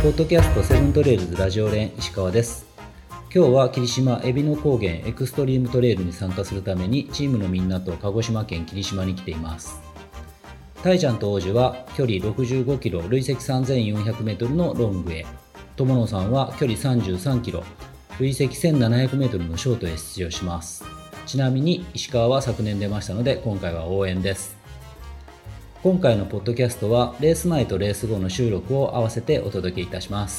ポッドキャストセブントレイルズラジオ連石川です。今日は霧島海老野高原エクストリームトレイルに参加するためにチームのみんなと鹿児島県霧島に来ています。タイちゃんと王子は距離65キロ累積3400メートルのロングへ、友野さんは距離33キロ累積1700メートルのショートへ出場します。ちなみに石川は昨年出ましたので今回は応援です。今回のポッドキャストはレース前とレース後の収録を合わせてお届けいたします。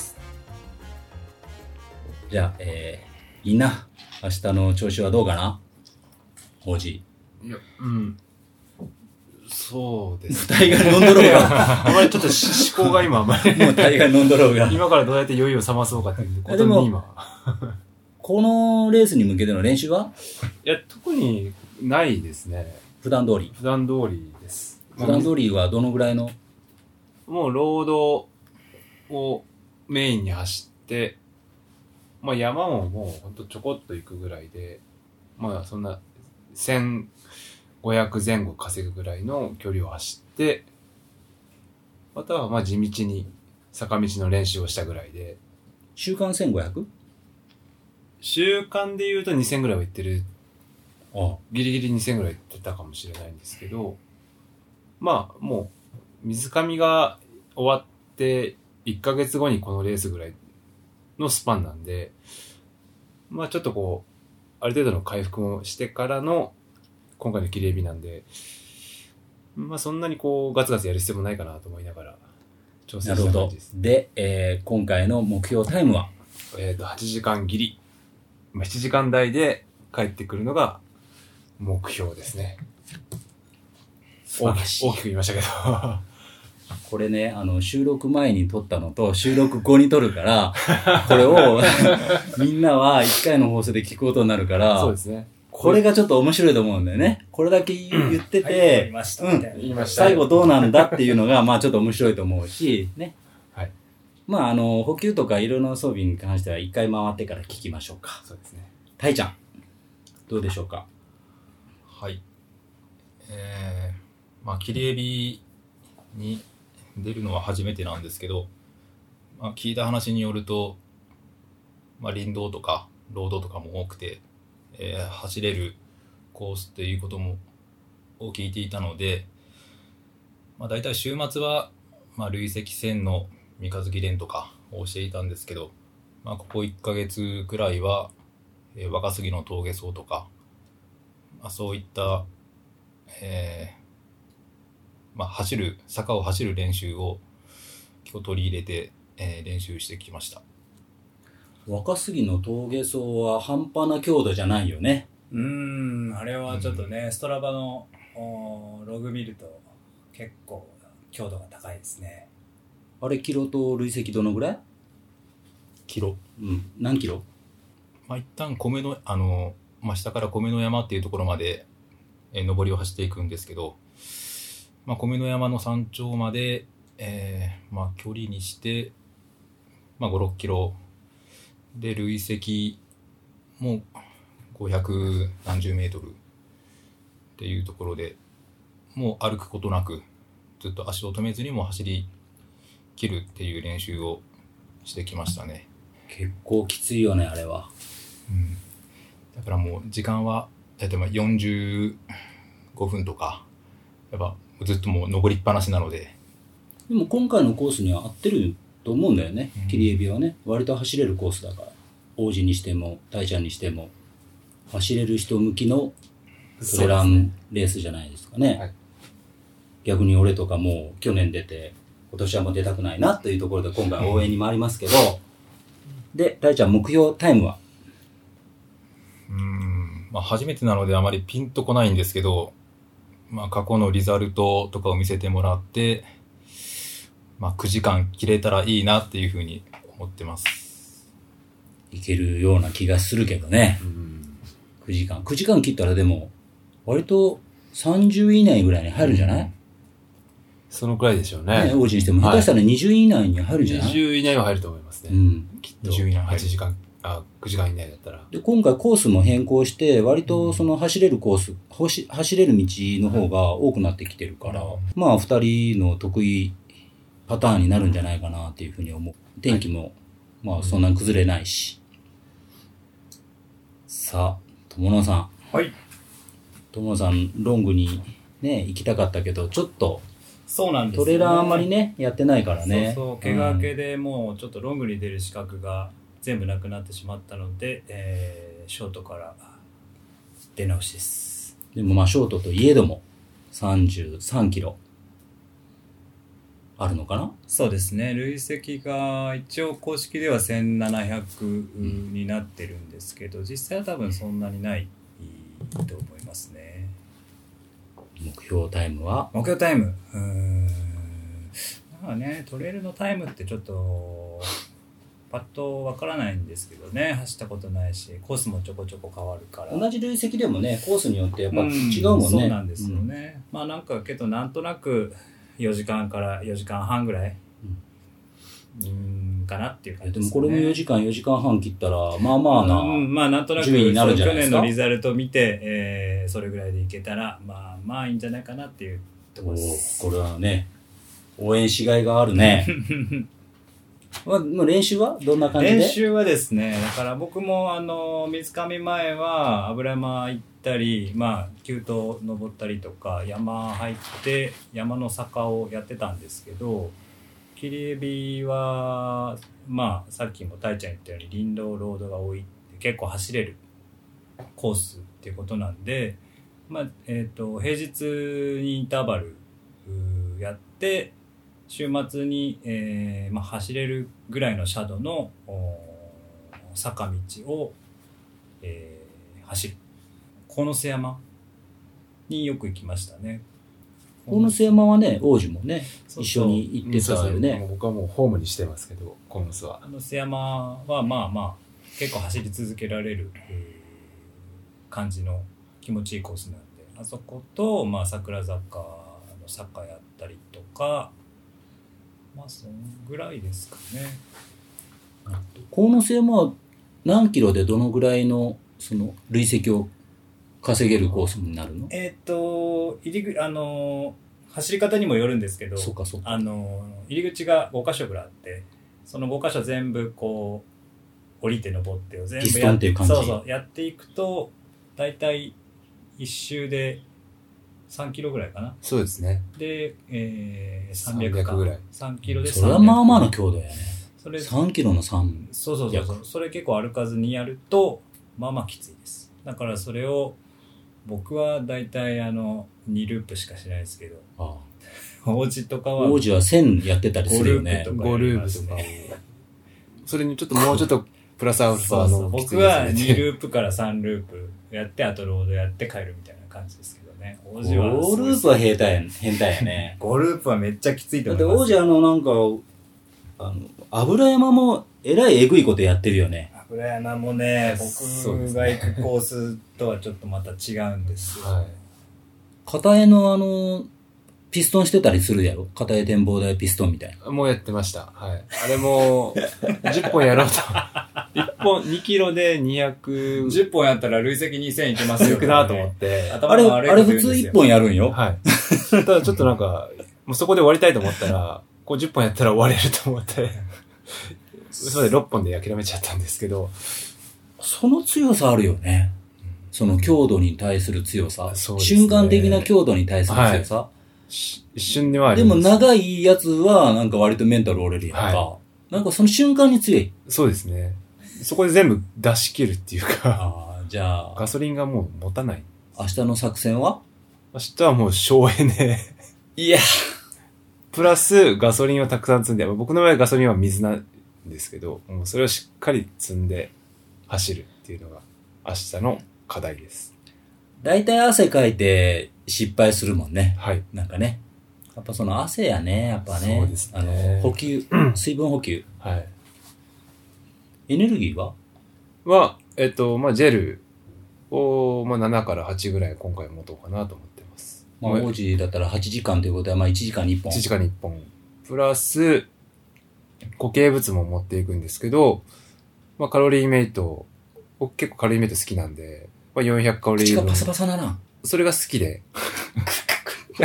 じゃあ、いいな。明日の調子はどうかな王子。 いや、そうですね。大概飲んどろうが。 あまりちょっと思考が今あまり。 もう大概飲んどろうが。 今からどうやって酔いを覚まそうかっていうことに今。 このレースに向けての練習はいや、特にないですね。 普段通りです。 普段通りはどのぐらいの？ もうロードをメインに走って、まあ山ももうほんとちょこっと行くぐらいで、まあそんな1500前後稼ぐぐらいの距離を走って、またはまあ地道に坂道の練習をしたぐらいで。 週間 1500？ 週間で言うと2000ぐらいは行ってる。 ああ、 ギリギリ2000ぐらい行ってたかもしれないんですけど、まあもう水上が終わって1ヶ月後にこのレースぐらいのスパンなんで、まあちょっとこうある程度の回復をしてからの今回の切りエビなんで、まあそんなにこうガツガツやる必要もないかなと思いながら調整した感じです。 で、今回の目標タイムは 8時間ギリ、まあ、7時間台で帰ってくるのが目標ですね。大きく言いましたけどこれね、収録前に撮ったのと収録後に撮るからこれをみんなは1回の放送で聞くことになるからそうですね、 これがちょっと面白いと思うんだよね。これだけ言ってて、 言いました。 最後どうなんだっていうのがまあちょっと面白いと思うしね。 はい。 まあ補給とかいろいろな装備に関しては1回回ってから聞きましょうか。 そうですね。 タイちゃんどうでしょうか。 はい。まあ切りエビに出るのは初めてなんですけど、まあ、聞いた話によると、まあ、林道とかロードとかも多くて、走れるコースっていうこともを聞いていたので、まあ、大体週末は、まあ、累積1000の三日月連とかをしていたんですけど、まあ、ここ1ヶ月くらいは、若杉の峠走とか、まあ、そういった、まあ、坂を走る練習を今日取り入れて、練習してきました。 若杉の峠走は半端な強度じゃないよね。 あれはちょっとね、ストラバのログ見ると結構強度が高いですね。 あれキロと累積どのぐらい？ キロ。 何キロ？ まあ、一旦まあ、下から米の山っていうところまで、上りを走っていくんですけど、まあ、米の山の山頂まで、まあ、距離にして、まあ、5、6キロで累積も500何十メートルっていうところでもう歩くことなくずっと足を止めずにも走り切るっていう練習をしてきましたね。 結構きついよねあれは。 だからもう時間は例えば45分とかやっぱずっともう登りっぱなしなので。 でも今回のコースには合ってると思うんだよね。切りエビはね割と走れるコースだから、王子にしても大ちゃんにしても走れる人向きのトレランレースじゃないですかね。はい、逆に俺とかもう去年出て今年はもう出たくないなというところで今回応援に回りますけど、で大ちゃん目標タイムは？ まあ、初めてなのであまりピンとこないんですけど、まあ、過去のリザルトとかを見せてもらって、まあ、9時間切れたらいいなっていうふうに思ってます。 いけるような気がするけどね。9時間切ったらでも割と30位以内ぐらいに入るんじゃない？ そのくらいでしょうね。 王子にしても下手したら20位以内に入るんじゃない？ 20位以内は入ると思いますね。きっと 20位以内 8時間9時間以内だったら。 で今回コースも変更して割とその走れるコース、走れる道の方が多くなってきてるから、まあ2人の得意パターンになるんじゃないかなっていうふうに思う。 天気も、まあそんなに崩れないし。さあ、友野さん。 はい。 友野さん、ロングにね、行きたかったけど、ちょっと、 そうなんですよ、ね、 トレーラーあんまりね、やってないからね。 そう、怪我明けでもうちょっとロングに出る資格が全部なくなってしまったので、ショートから出直しです。 でもまあショートといえども、33キロ。あるのかな？ そうですね。累積が一応公式では1700になってるんですけど、実際は多分そんなにないと思いますね。 目標タイムは？ 目標タイム。なんかね、トレイルのタイムってちょっとパッとわからないんですけどね。走ったことないし、コースもちょこちょこ変わるから。 同じ累積でもね、コースによってやっぱ違うもんね。 そうなんですよね。まあなんかけどなんとなく4時間から4時間半ぐらい、かなっていう感じですね。 でもこれも4時間半切ったら、まあまあな、 まあなんとなく順位になるんじゃないですか。 去年のリザルトを見て、それぐらいでいけたら、まあまあいいんじゃないかなっていうところです。 これはね、応援しがいがあるね。まあ、練習はどんな感じで？ 練習はですね、だから僕も水上前は油山行ったり、まあ急登登ったりとか山入って山の坂をやってたんですけど、切りエビはまあさっきもたいちゃん言ったように林道ロードが多いって結構走れるコースっていうことなんで、まあ平日にインターバルやって週末に、まあ、走れるぐらいの斜度の坂道を、走る鴻巣山によく行きましたね。 鴻巣山はね、王子もね、一緒に行ってたよね。 僕はもうホームにしてますけど、鴻巣は。 鴻巣山はまあまあ結構走り続けられる、感じの気持ちいいコースなんで、あそこと、まあ、桜坂の坂やったりとか、まあそんぐらいですかね。 鴻巣山は何キロでどのぐらいのその累積を稼げるコースになるの？ 走り方にもよるんですけど、 そうか入り口が5箇所ぐらいあって、その5箇所全部こう降りて登ってを全部ピストンっていう感じ。 そうやっていくとだいたい1周で3キロぐらいかな。 そうですね。 で、300 ぐらい。 3キロで300。 それはまあまあの強度やね。 それ 3キロの3。 そう。それ結構歩かずにやると、まあまあきついです。だからそれを、僕はだいたい2ループしかしないですけど、王子とかは。 王子は1000やってたりするよね。 5ループとかを。それにちょっともうちょっとプラスアルファの僕は2ループから3ループやって、あとロードやって帰るみたいな感じですけどね。王子は 5ループは変態やね。 5ループはめっちゃきついと思います。 だって王子なんか、油山もえらいエグいことやってるよね。 油山もね、僕が行くコースとはちょっとまた違うんですよ。はい、 片江のピストンしてたりするやろ？片江展望台ピストンみたいな。 もうやってました。はい。あれも、10本やろうと。1本、2キロで200。 10本やったら累積2000いきますよ、 ね。いくなと思って。 あれ普通1本やるんよ。 はい。ただちょっとなんか、もうそこで終わりたいと思ったら、こう10本やったら終われると思って、それで6本で諦めちゃったんですけど。 その強さあるよね。その強度に対する強さ。 そうですね、瞬間的な強度に対する強さ。はい、 一瞬ではある。 でも長いやつはなんか割とメンタル折れるやんか。はい、なんかその瞬間に強い。 そうですね。そこで全部出し切るっていうか。 じゃあ。 ガソリンがもう持たない。 明日の作戦は？ 明日はもう省エネ。 いや。 プラスガソリンをたくさん積んで、僕の場合ガソリンは水なんですけど、もうそれをしっかり積んで走るっていうのが明日の課題です。 だいたい汗かいて失敗するもんね。 はい。 なんかね。やっぱその汗やね、やっぱね。 そうですね。 補給、水分補給。 はい。 エネルギーは？ まあ、ジェルを、まあ、7から8ぐらい今回持とうかなと思ってます。 まあ、王子だったら8時間ということは、まあ1時間に1本。 1時間に1本。プラス、固形物も持っていくんですけど、まあ、カロリーメイト、僕結構カロリーメイト好きなんで、まあ、400カロリー分。 口がパサパサだな。 それが好きで。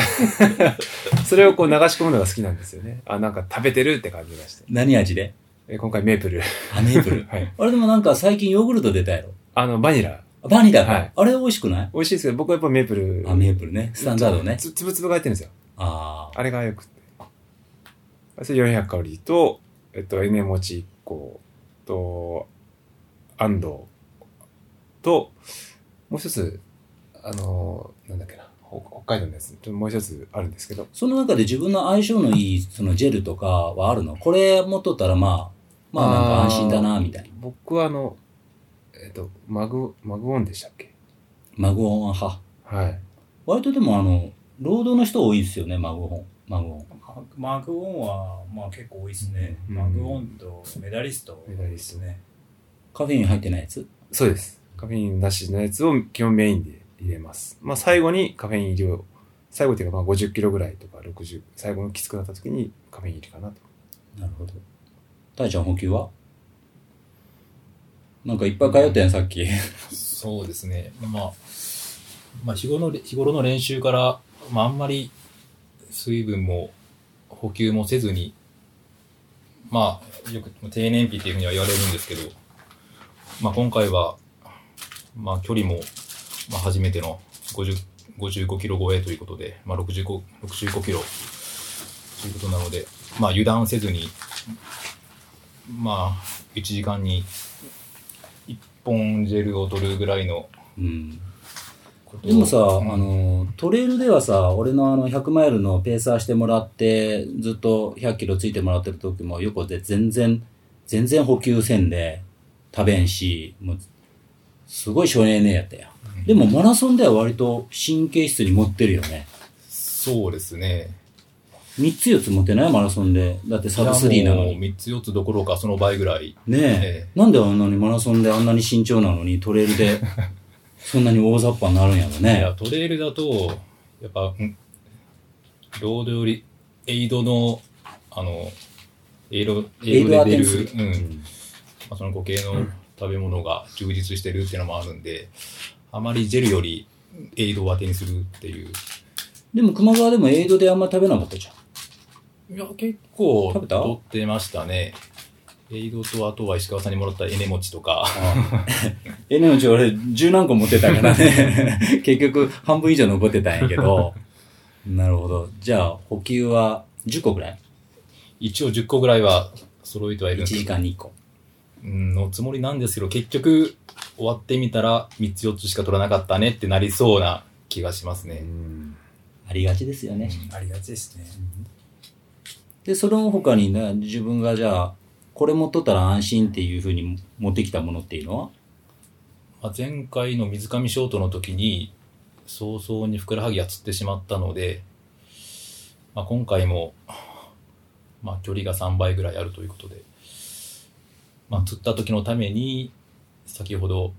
それをこう流し込むのが好きなんですよね。あ、なんか食べてるって感じがして。 何味で？ 今回メープル。 あ、メープル。 はい。 あれでもなんか最近ヨーグルト出たやろ。 バニラ。 バニラか。 はいあれ美味しくない？ 美味しいですけど、僕はやっぱメープル。 あ、メープルね。スタンダードね。 つぶつぶが入ってるんですよ。 ああれがよくて。それ400カロリーと、エネモチ1個と、安藤と、もう一つ、なんだっけな、北海道のやつ、ちょっともう一つあるんですけど。 その中で自分の相性のいい、そのジェルとかはあるの？これ持っとったらまあなんか安心だな、みたいな。 僕はマグオンでしたっけ？ マグオン派。 はい。 割とでも労働の人多いですよね、マグオン。マグオンは、まあ結構多いですね。 うんマグオンとメダリストですね。 カフェイン入ってないやつ？ そうです。カフェインなしのやつを基本メインで入れます。まあ最後にカフェイン入りを、最後っていうかまあ50キロぐらいとか60、最後のきつくなった時にカフェイン入りかなと。 なるほど。たいちゃん補給は？なんかいっぱい通ったやん、さっき。 そうですね。まあ日頃の練習から、まああんまり水分も補給もせずに、まあよく低燃費っていうふうには言われるんですけど、まあ今回は、まあ距離も、まあ初めての55キロ超えということで、まあ65キロということなので、まあ油断せずに、まあ1時間に1本ジェルを取るぐらいのうん。 ことをでもさ、 うんトレイルではさ、俺の100マイルのペーサーしてもらって、ずっと100キロついてもらってる時も、横で全然補給せんで、食べんし、もう、すごい省エネやったよ。でもマラソンでは割と神経質に持ってるよね。 そうですね。 3つ4つ持ってないマラソンで。だってサブ3なのに。 3つ4つどころかその倍ぐらい。 ねええ。なんであんなにマラソンであんなに慎重なのにトレイルでそんなに大雑把になるんやろいやね。 トレイルだとやっぱロードよりエイドのエイドエイドで出る、 アテンスまあ、その固形の食べ物が充実してるっていうのもあるんで、あまりジェルよりエイドを当てにするっていう。 でも熊川でもエイドであんま食べなかったじゃん。 いや結構食べた取ってましたね。エイドとあとは石川さんにもらったエネ餅とか。 エネのうち俺10何個持ってたからね。結局半分以上残ってたんやけど。なるほど。じゃあ補給は10個ぐらい？ 一応10個ぐらいは揃えてはいるん 1 ですけど時間に1個。 のつもりなんですけど、結局終わってみたら3つ4つしか取らなかったねってなりそうな気がしますね。 ありがちですよね。 ありがちですね。 で、その他にね、自分がじゃあ、これ持っとったら安心っていう風に持ってきたものっていうのは？ まあ、前回の水上ショートの時に早々にふくらはぎがつってしまったので、まあ、今回も、まあ、距離が3倍ぐらいあるということで、まあ、釣った時のために先ほど、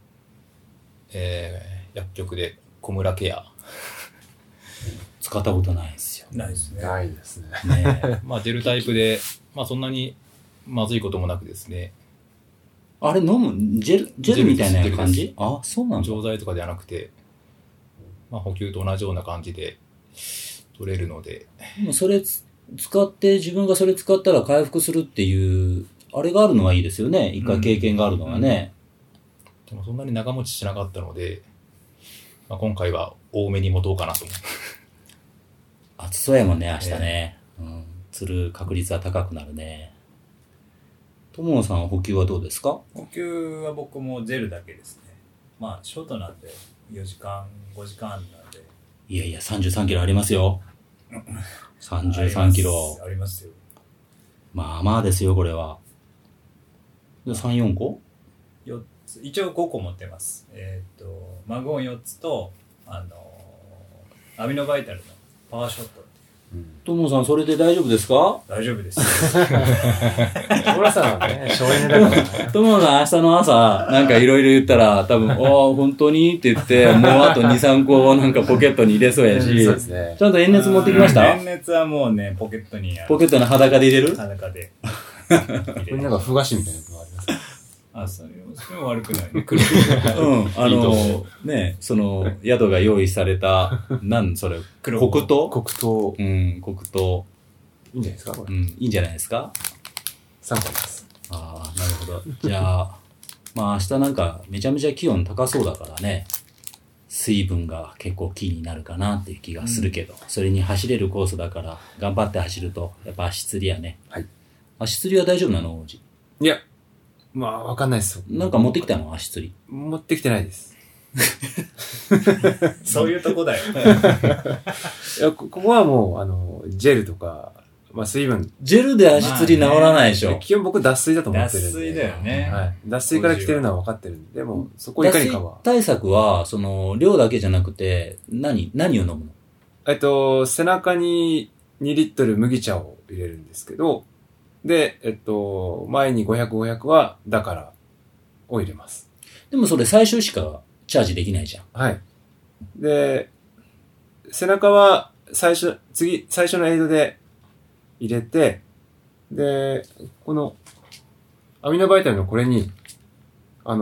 薬局で小村ケア使ったことないですよ。 ないですね。 ないですね。 ねえまあジェルタイプで、まあ、そんなにまずいこともなくですね、 あれ飲むジェルみたいな感ジェじ？あ、そうなんだ。 錠剤とかではなくて、まあ、補給と同じような感じで取れるので、 でもそれ使って、自分がそれ使ったら回復するっていう、あれがあるのはいいですよね。一回経験があるのはね。 でもそんなに長持ちしなかったので、まあ、今回は多めに持とうかなと思って。 暑そうやもんね、明日ね。釣る確率は高くなるね。友野さんは補給はどうですか？ 補給は僕もゼルだけですね。まあショートなんで4時間5時間なんで。 いやいや、33キロありますよ。33キロ。 ありますよ。 まあまあですよ、これは。で、3、4個 4つ一応5個持ってます。マグオン4つとアミノバイタルのパワーショット。 友野さん、それで大丈夫ですか？ 大丈夫です。 小村さんはね、省エネだからね。 友野さん、明日の朝、なんかいろいろ言ったら、多分、本当にって言って、もうあと2、3個をなんかポケットに入れそうやし、 そうですね。 ちゃんと煙熱持ってきました？ 電熱はもうね、ポケットにある。 ポケットの裸で入れる？ 裸で。 これなんか、ふがしみたいなのがあります。 あ、それも悪くない。 ね、その、宿が用意された、それ、黒糖？ 黒糖。 黒糖。 いいんじゃないですかこれ。 いいんじゃないですか？ 3個です。 ああ、なるほど。じゃあ、まあ明日なんかめちゃめちゃ気温高そうだからね、水分が結構キーになるかなっていう気がするけど、それに走れるコースだから頑張って走ると、やっぱ足つりやね。 はい。 足つりは大丈夫なの王子？ いや、まあわかんないですよ。 なんか持ってきたの足つり？ 持ってきてないです。 そういうとこだよ。 いや、ここはもう、ジェルとか、まあ水分。 ジェルで足つり治らないでしょ。 基本僕脱水だと思ってるんで。 脱水だよね。 はい。脱水から来てるのは分かってるんで、でも、そこいかにかは。 脱水対策は、量だけじゃなくて、何を飲むの？ 背中に2リットル麦茶を入れるんですけど、で、前に500、500は、だからを入れます。 でもそれ最初しかチャージできないじゃん。 はい。で、背中は最初のエイドで入れて、で、このアミノバイタルのこれに、こ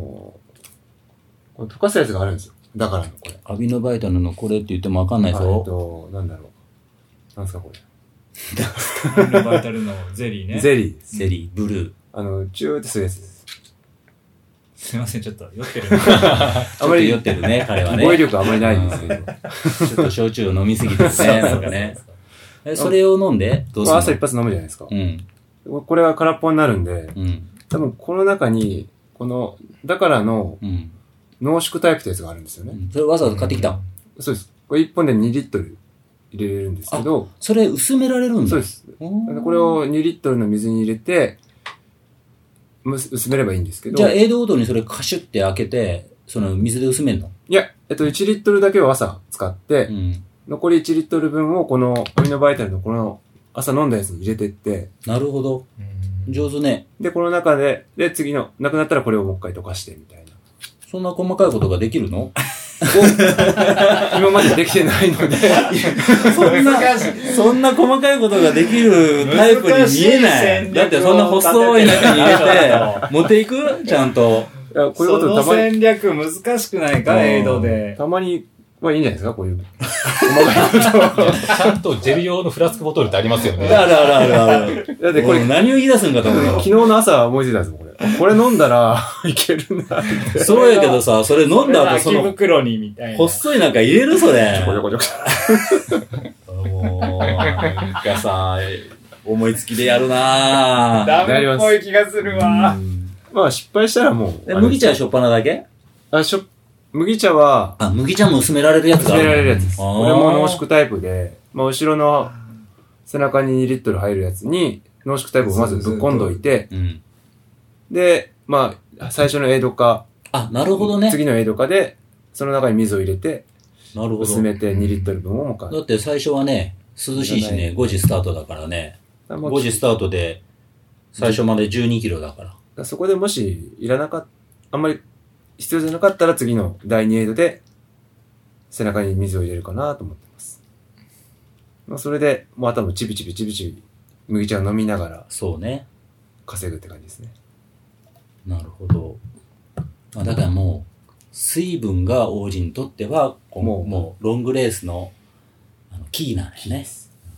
の溶かすやつがあるんですよ。だからのこれ。 アミノバイタルのこれって言ってもわかんないぞ。 なんだろう。なんですかこれ。 アミノバイタルのゼリーね。 ゼリーです。 ゼリー、ブルー。 チューってするやつです。 すいません、ちょっと酔ってる。 あまり酔ってるね、彼はね。 語彙力あまりないんですけど。 ちょっと焼酎を飲みすぎてるね、なんかね。それを飲んで、どうするの？ 朝一発飲むじゃないですか。 うん。 これが空っぽになるんで、 うん。 多分この中に、だからの濃縮タイプってやつがあるんですよね。 それわざわざ買ってきた？ そうです。これ1本で2リットル入れれるんですけど、 それ薄められるんだ。 そうです。これを2リットルの水に入れて、薄めればいいんですけど。 じゃあ、エイドごとにそれカシュって開けて、水で薄めんの？ いや、1リットルだけを朝使って、残り1リットル分をこのアミノバイタルのこの朝飲んだやつに入れてって。 なるほど。上手ね。 で、この中で、次の、なくなったらこれをもう一回溶かしてみたいな。 そんな細かいことができるの？ 今までできてないのでそんな細かいことができるタイプに見えない。だってそんな細い中に入れて、持っていく？ちゃんと。 いや、こういうことたまに。 その戦略難しくないか、エイドで。 たまにはいいんじゃないですか、こういう。 ちゃんとジェル用のフラスクボトルってありますよね。 ある。 だってこれ何を言い出すんかと思う。 昨日の朝思いついたんですもん、これ。これ飲んだらいけるなって。 そうやけどさ、それ飲んだ後空き袋にみたいな。 細いなんか入れるそれ。 ちょこちょこ。 もう、なんかさ、思いつきでやるなぁ。 ダメっぽい気がするわ。 まあ失敗したらもう。 麦茶はしょっぱなだけ？ 麦茶は、 麦茶も薄められるやつがある。 薄められるやつです。これも濃縮タイプで、まあ後ろの背中に2リットル入るやつに濃縮タイプをまずぶっ込んどいて、で、まあ最初のエイドか、 なるほどね。 次のエイドかで、その中に水を入れて、 なるほど。 薄めて2リットル分をもうだって最初はね、涼しいしね、5時スタートだからね。5時スタートで、最初まで12キロだから。 そこでもし、あんまり必要じゃなかったら次の第2エイドで、背中に水を入れるかなと思ってます。まあそれで、もうあとはチビチビ、麦茶を飲みながら、 そうね。 稼ぐって感じですね。 なるほど。まあだからもう、水分が王子にとっては、もうロングレースのキーなんですね。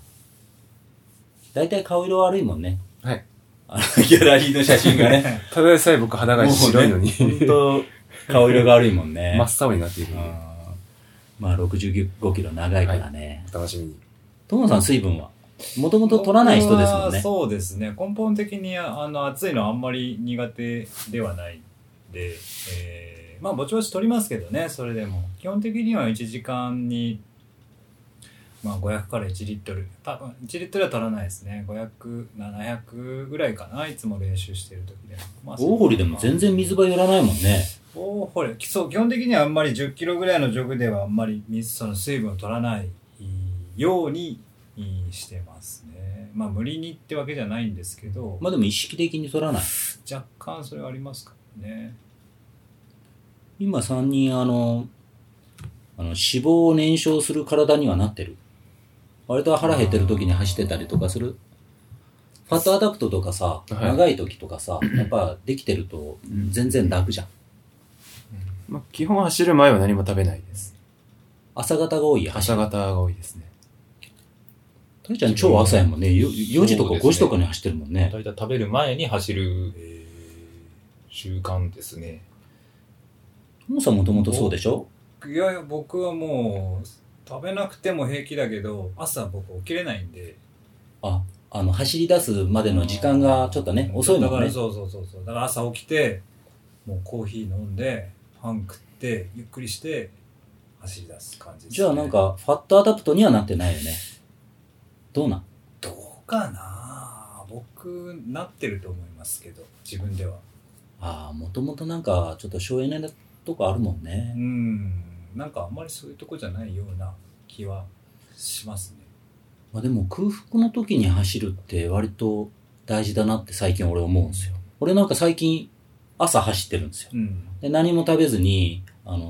だいたい顔色悪いもんね。 はい。 ギャラリーの写真がね。 ただでさえ僕肌が白いのに。 本当顔色が悪いもんね。 真っ青になっている。 まあ65キロ長いからね。 お楽しみに。 トモさん水分はもともと取らない人ですもんね。 そうですね。根本的に暑いのはあんまり苦手ではないで、まあぼちぼち取りますけどね、それでも。基本的には1時間に、まあ500から1リットル。多分1リットルは取らないですね。500、700ぐらいかな。いつも練習してる時でも。まあ、 大堀でも全然水場寄らないもんね。 大堀、そう、基本的にはあんまり10キロぐらいのジョグではあんまり水分を取らないようにしてますね。まあ無理にってわけじゃないんですけど。 まあでも意識的に取らない。 若干それはありますからね。 今3人脂肪を燃焼する体にはなってる。割と腹減ってる時に走ってたりとかする。ファットアダプトとかさ、長い時とかさ、やっぱできてると全然楽じゃん。 まあ、基本走る前は何も食べないです。 朝方が多い。 朝方が多いですね。 たいちゃん超朝やもんね。4時とか5時とかに走ってるもんね。 だいたい食べる前に走る習慣ですね。 もうさんもともとそうでしょ？ いやいや、僕はもう、食べなくても平気だけど、朝僕起きれないんで。 走り出すまでの時間がちょっとね、遅いもんね。 だからそう。だから朝起きて、もうコーヒー飲んで、パン食って、ゆっくりして、走り出す感じです、ね。 じゃあなんか、ファットアダプトにはなってないよね。どうなん？ どうかな？僕、なってると思いますけど、自分では。 もともとなんか、ちょっと省エネなとこあるもんね。 なんかあんまりそういうとこじゃないような気はしますね。 でも空腹の時に走るって割と大事だなって最近俺思うんですよ。俺なんか最近朝走ってるんですよ。で何も食べずに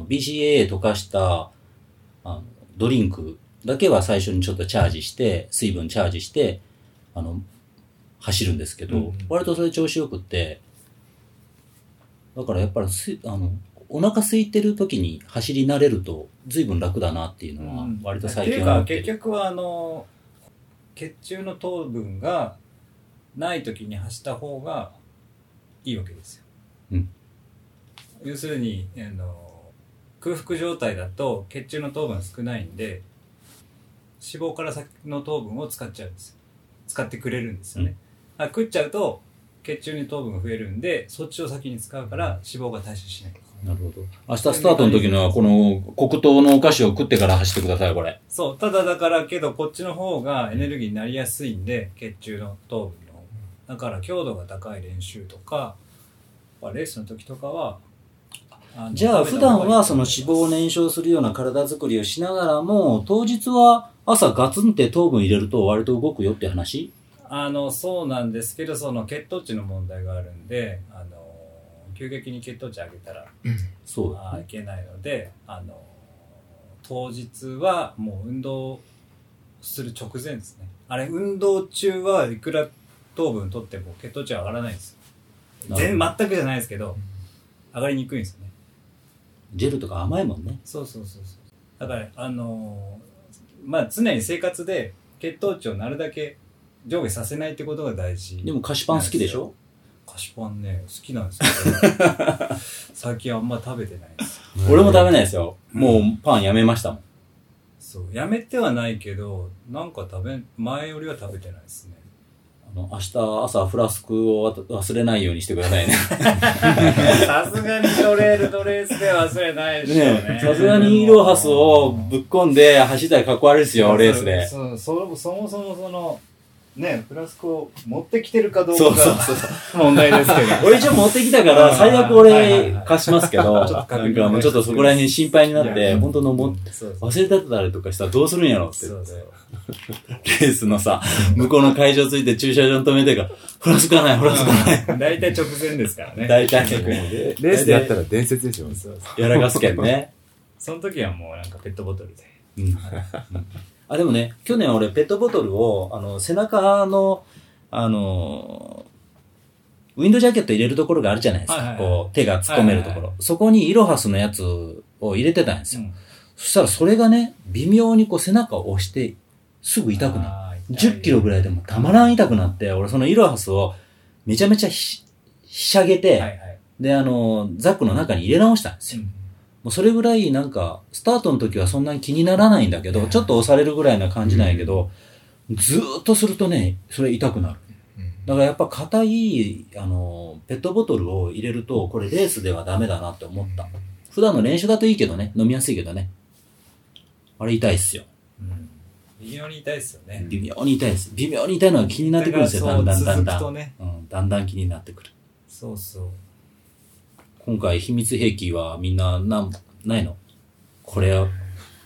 BCAA 溶かしたドリンクだけは最初にちょっとチャージして水分チャージして走るんですけど、割とそれ調子よくって、だからやっぱりお腹空いてる時に走り慣れると随分楽だなっていうのは割と最近思ってる。 っていうか結局は血中の糖分がない時に走った方がいいわけですよ。要するに空腹状態だと血中の糖分が少ないんで脂肪から先の糖分を使っちゃうんですよ。使ってくれるんですよね。食っちゃうと血中に糖分が増えるんでそっちを先に使うから脂肪が代謝しない。 なるほど。明日スタートの時のはこの黒糖のお菓子を食ってから走ってください、これ。 そう。ただだからけどこっちの方がエネルギーになりやすいんで、血中の糖分の。だから強度が高い練習とか、レースの時とかは、 じゃあ普段はその脂肪を燃焼するような体作りをしながらも、当日は朝ガツンって糖分入れると割と動くよって話？ そうなんですけど、その血糖値の問題があるんで、急激に血糖値上げたら、いけないので、当日はもう運動する直前ですね。運動中はいくら糖分取っても血糖値は上がらないんですよ。全くじゃないですけど、上がりにくいんですよね。 ジェルとか甘いもんね。 そう。だから常に生活で血糖値をなるだけ上下させないってことが大事。 でも菓子パン好きでしょ？ 菓子パンね、好きなんですけど最近あんま食べてないです。 俺も食べないですよ。もうパンやめましたもん。 そう、やめてはないけど、なんか前よりは食べてないですね。 明日朝フラスクを忘れないようにしてくださいね。 さすがにトレースで忘れないでしょうね。 さすがにイーロハスをぶっ込んで走ったらかっこ悪いですよ、レースで。 そもそもその、フラスコを持ってきてるかどうかが問題ですけど。 俺一応持ってきたから、最悪俺貸しますけど、なんかもうちょっとそこら辺に心配になって、本当の忘れてたりとかしたらどうするんやろって。レースのさ、向こうの会場ついて駐車場に止めてから、フラスコがない。 大体直前ですからね。 大体。 レースでやったら伝説ですよ。 やらかすけんね。 その時はもうなんかペットボトルで。 でもね、去年俺ペットボトルを、背中の、ウィンドジャケット入れるところがあるじゃないですか。こう、手が突っ込めるところ。そこにイロハスのやつを入れてたんですよ。そしたらそれがね、微妙にこう背中を押して、すぐ痛くなる。10キロぐらいでもたまらん痛くなって、俺そのイロハスをめちゃめちゃひしゃげて、で、ザックの中に入れ直したんですよ。もうそれぐらいなんか、スタートの時はそんなに気にならないんだけど、ちょっと押されるぐらいな感じなんやけど、ずーっとするとね、それ痛くなる。だからやっぱ硬い、ペットボトルを入れると、これレースではダメだなって思った。普段の練習だといいけどね、飲みやすいけどね。あれ痛いっすよ。 微妙に痛いっすよね。 微妙に痛いです。微妙に痛いのが気になってくるんですよ、だんだん。だんだん気になってくる。 そう。 今回秘密兵器はみんなないの？これを。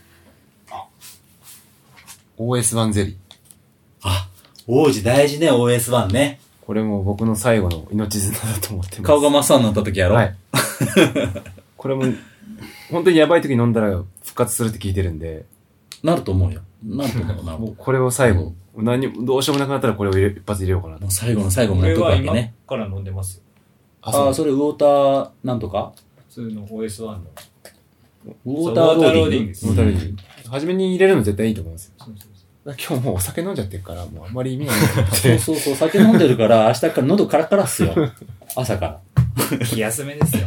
OS1 ゼリー。 王子大事ね、OS1 ね。 これも僕の最後の命綱だと思ってます。 顔が真っ青になった時やろ？はい。 これも、本当にやばい時に飲んだら復活するって聞いてるんで。 なると思うよ。もうこれを最後、どうしようもなくなったらこれを一発入れようかなと。 もう最後の最後もやっとくわけね。 これは今から飲んでますよ。 それウォーターなんとか？ 普通の OS1 の。 ウォーターローディング。 ウォーターローディング。初めに入れるの絶対いいと思いますよ。 今日もうお酒飲んじゃってるから、もうあんまり意味ないなと思って。 そう、酒飲んでるから、明日から喉カラカラっすよ。朝から。 気休めですよ。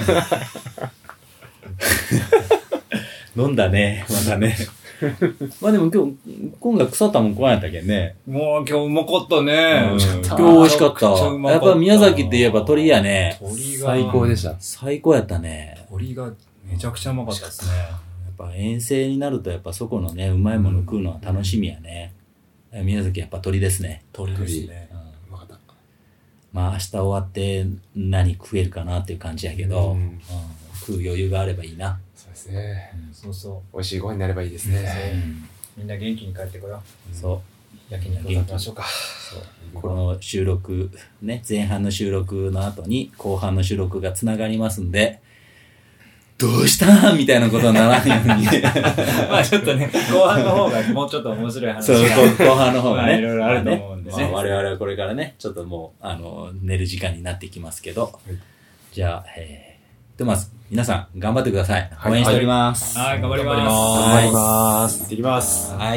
飲んだね、またね。まあでも今回腐ったもん食わんやったけんね。 もう今日うまかったね。 今日美味しかった。やっぱ宮崎って言えば鳥やね。 鳥が最高でした。 最高やったね。 鳥がめちゃくちゃうまかったですね。 やっぱ遠征になるとやっぱそこのね、うまいもの食うのは楽しみやね。宮崎やっぱ鳥ですね。 鳥ですね。 うまかった。 まあ明日終わって何食えるかなっていう感じやけど、食う余裕があればいいな。 そうですね。 そうそう。 美味しいご飯になればいいですね。 みんな元気に帰ってこよう。そう。 焼肉を食べましょうか。 この収録、ね、前半の収録の後に後半の収録がつながりますんで、どうしたみたいなことにならないように。 まあちょっとね、後半の方がもうちょっと面白い話そう、 が。 後半の方がね。 いろいろあると思うんでね。 我々はこれからね、ちょっともう、寝る時間になってきますけど、じゃあ、ひとまず、皆さん頑張ってください。応援しております。 はい、頑張ります。 頑張ります。行ってきます。 はい。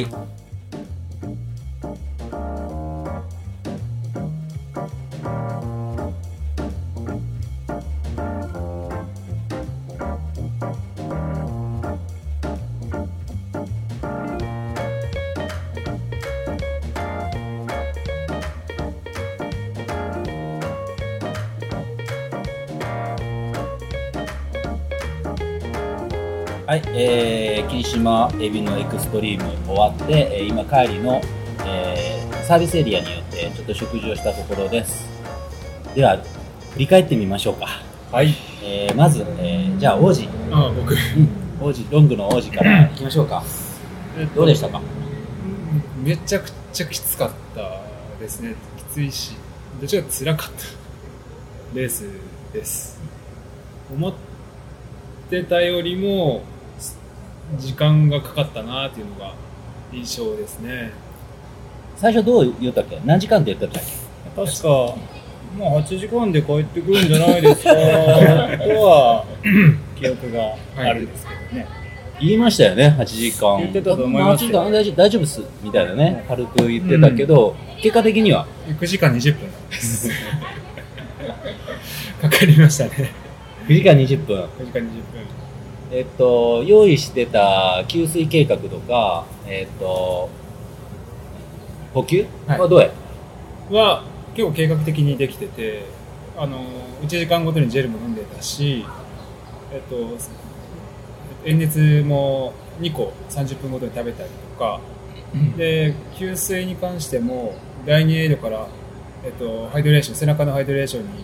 はい、霧島エビのエクストリーム終わって、今帰りの、サービスエリアによってちょっと食事をしたところです。では振り返ってみましょうか。 はい。 まず、じゃあ王子、 僕、 王子ロングの王子からいきましょうか。どうでしたか？ めちゃくちゃきつかったですね。きついし、どちらか辛かったレースです。思ってたよりも時間がかかったなっていうのが印象ですね。 最初どう言ったっけ？何時間って言ったっけ？ 確か、まあ8時間で帰ってくるんじゃないですかとは記憶があるんですけどね。 言いましたよね、8時間。 言ってたと思いますよ。 8時間大丈夫っすみたいなね、軽く言ってたけど、結果的には 9時間20分ですかかりましたね。 9時間20分。 9時間20分。 用意してた給水計画とか、補給はどうや？ は結構計画的にできてて、1時間ごとにジェルも飲んでたし、塩熱も2個30分ごとに食べたりとか、で給水に関しても第2エイドから、ハイドレーション、背中のハイドレーションに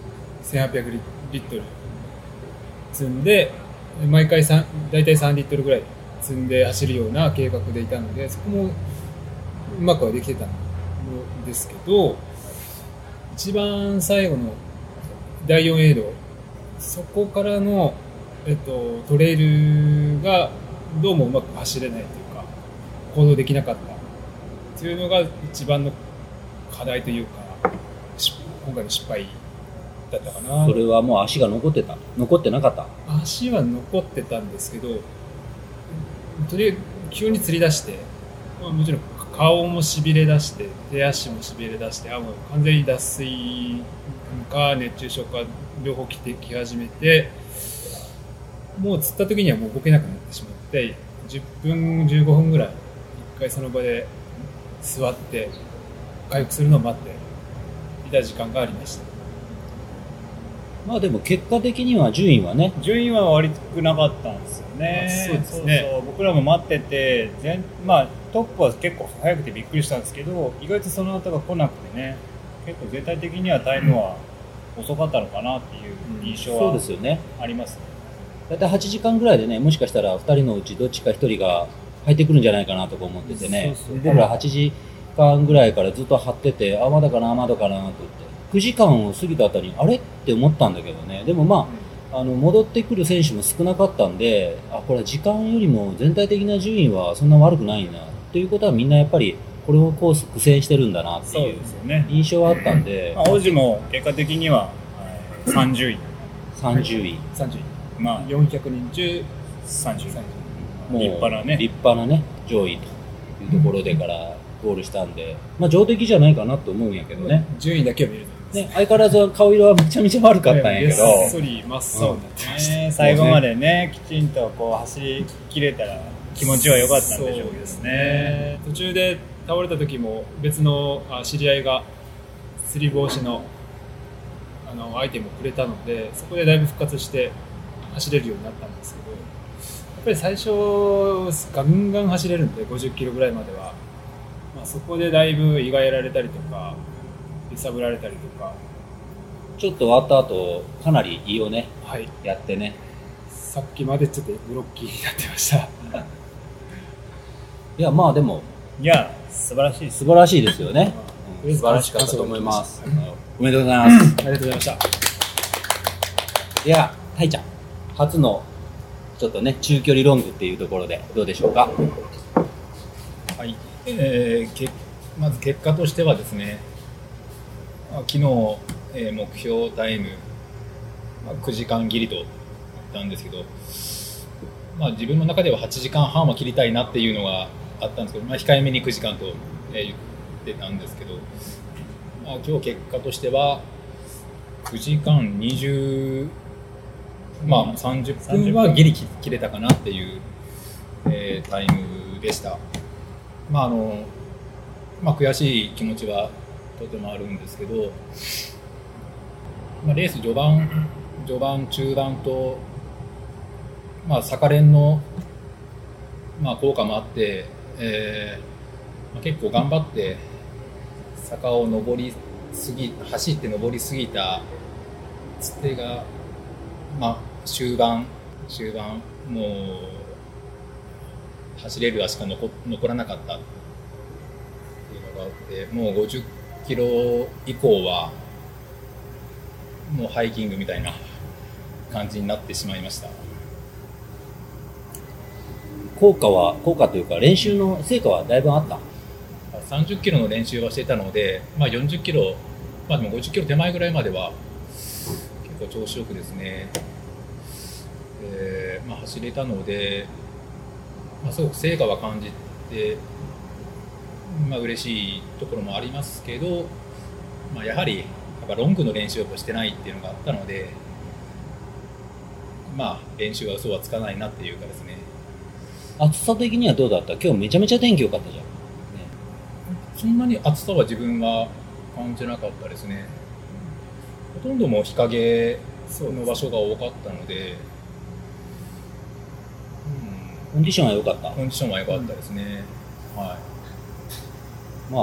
1800リットル積んで、毎回大体3リットルぐらい積んで走るような計画でいたので、そこもうまくはできてたんですけど、一番最後の第4エイド、そこからの、トレイルがどうもうまく走れないというか行動できなかったというのが一番の課題というか今回の失敗だったかな。 それはもう足が残ってなかった？ 足は残ってたんですけど、とりあえず急につり出して、もちろん顔もしびれ出して手足もしびれ出して、もう完全に脱水か熱中症か両方き始めて、もう釣った時にはもう動けなくなってしまって、10分15分ぐらい一回その場で座って回復するのを待っていた時間がありました。 まあでも結果的には順位は悪くなかったんですよね。 そうですね。 そう僕らも待ってて、トップは結構早くてびっくりしたんですけど、意外とその後が来なくてね、結構全体的にはタイムは遅かったのかなっていう印象はありますね。 だいたい8時間ぐらいでね、もしかしたら2人のうちどっちか1人が入ってくるんじゃないかなとか思っててね、僕ら8時間ぐらいからずっと張ってて、まだかなと言って、9時間を過ぎたあたりにあれって思ったんだけどね。でも戻ってくる選手も少なかったんで、これは時間よりも全体的な順位はそんな悪くないなということは、みんなやっぱりこれをコース苦戦してるんだなっていう印象はあったんで、 王子も結果的には30位 400人中30位、 もう立派なね上位というところでからゴールしたんで、まあ上出来じゃないかなと思うんやけどね。 順位だけを見るとね、相変わらず顔色はめちゃめちゃ悪かったんやけど、 げっそり真っ青になってました、 ね、最後までねきちんとこう走り切れたら気持ちは良かったんでしょうけどね。 途中で倒れた時も別の知り合いがすり防止のアイテムをくれたので、そこでだいぶ復活して走れるようになったんですけど、やっぱり最初ガンガン走れるんで50キロぐらいまでは、まあ、そこでだいぶ胃がやられたりとか揺さぶられたりとか、 ちょっと終わった後かなり胃をね、 はい、 やってね。 さっきまでちょっとブロッキーになってましたいやまあでもいや素晴らしいです素晴らしいですよね。素晴らしかったと思います。おめでとうございます。 ありがとうございました。 では、たいちゃん、初のちょっとね、中距離ロングっていうところでどうでしょうか。 はい、まず結果としてはですね、昨日、目標タイム、9時間切りと言ったんですけど、自分の中では8時間半は切りたいなっていうのがあったんですけど、控えめに9時間と言ってたんですけど、今日結果としては9時間20、30分はギリ切れたかなっていう、タイムでした。悔しい気持ちはとてもあるんですけど、レース序盤中盤と、坂練の、効果もあって、結構頑張って坂を走って登りすぎたつてが、終盤もう走れる足が残らなかったっていうのがあって、もう50キロ以降はもうハイキングみたいな感じになってしまいました。 効果というか練習の成果はだいぶあった。 30キロの練習はしてたので、40キロ、でも50キロ手前ぐらいまでは結構調子よくですね、走れたので、すごく成果は感じて、嬉しいところもありますけど、やはりロングの練習をしてないっていうのがあったので、練習は嘘はつかないなっていうかですね。 暑さ的にはどうだった？今日めちゃめちゃ天気良かったじゃん、ね、 そんなに暑さは自分は感じなかったですね。ほとんどもう日陰の場所が多かったので、 コンディションは良かった。 コンディションは良かったですね、はい。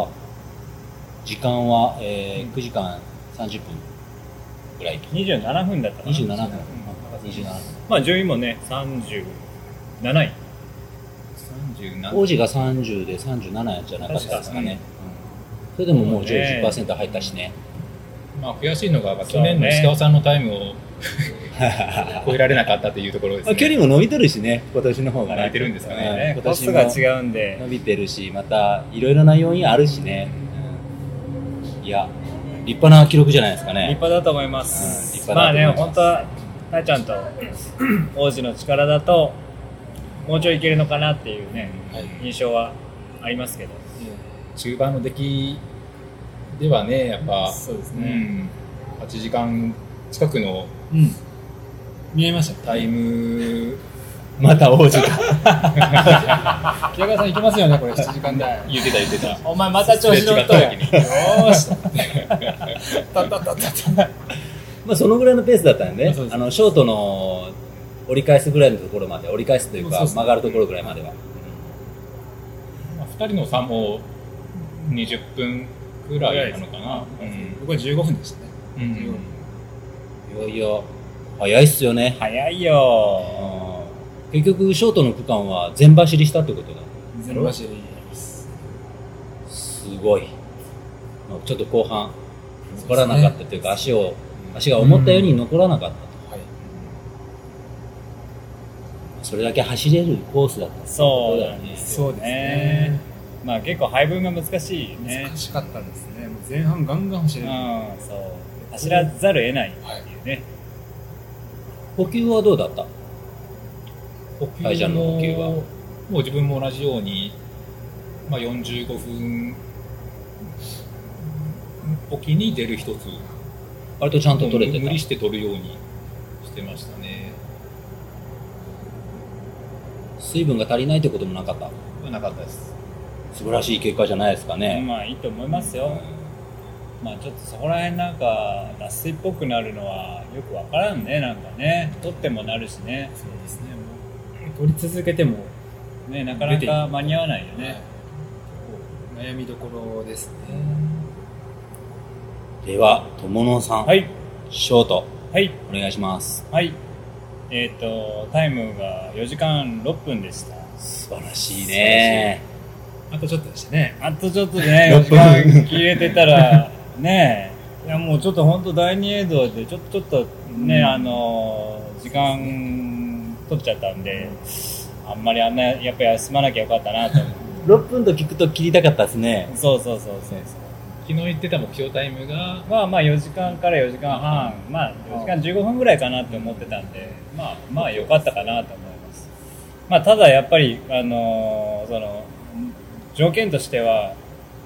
時間は、9時間30分ぐらいと。 27分だったかな。 27分。 順位もね37位。 王子が30で37やじゃなかったですかね。それでももう上位 10% 入ったしね。 悔しいのが去年の石川さんのタイムを超えられなかったというところですね。 距離も伸びてるしね、今年の方がね。 伸びてるんですかね。 コスが違うんで伸びてるし、またいろいろな要因あるしね。いや、立派な記録じゃないですかね。 立派だと思います。本当はたいちゃんと王子の力だともうちょいいけるのかなっていうね、印象はありますけど、 中盤の出来ではね、やっぱそうですね、 8時間近くの、 見えました、 タイム。 また王子が平川さんいけますよね、これ7時間台。 言ってたお前また調子乗っとるやん。よーしそのぐらいのペースだったんでね。ショートの折り返すぐらいのところまで、折り返すというか曲がるところぐらいまでは、 2人の差も20分くらいなのかな。 僕は15分でしたね。 いや早いっすよね。 早いよ。 結局ショートの区間は全走りしたってことだ。 全走りです。 すごい。ちょっと後半残らなかったというか、足が思ったように残らなかったと。それだけ走れるコースだった。 そうだね。そうですね。結構配分が難しいね。 難しかったんですね。もう前半ガンガン走れる。 そう。走らざるを得ないっていうね。 補給はどうだった？ 補給はもう自分も同じようにまあ、45分おきに出る一つ、 割とちゃんと取れてた。 無理して取るようにしてましたね。 水分が足りないってこともなかった。 なかったです。 素晴らしい結果じゃないですかね。 まあいいと思いますよ。まあちょっとそこら辺なんか脱水っぽくなるのはよくわからんね。なんかね、取ってもなるしね。 そうですね。もう取り続けてもね、なかなか間に合わないよね。 悩みどころですね。 では友野さん、 はい、 ショートはい、 お願いします。 はい。タイムが4時間6分でした。 素晴らしいね。 あとちょっとでしたね。 あとちょっとね、4時間切れてたら、ねえ、いやもうちょっと本当第2エイドでちょっとね、時間取っちゃったんで、あんまりやっぱり休まなきゃよかったなと思う。 6分と聞くと切りたかったですね。 そう。 昨日言ってた目標タイムが、 まあ4時間から4時間半、まあ4時間15分ぐらいかなって思ってたんで、まあ良かったかなと思います。まあただやっぱり、その、条件としては、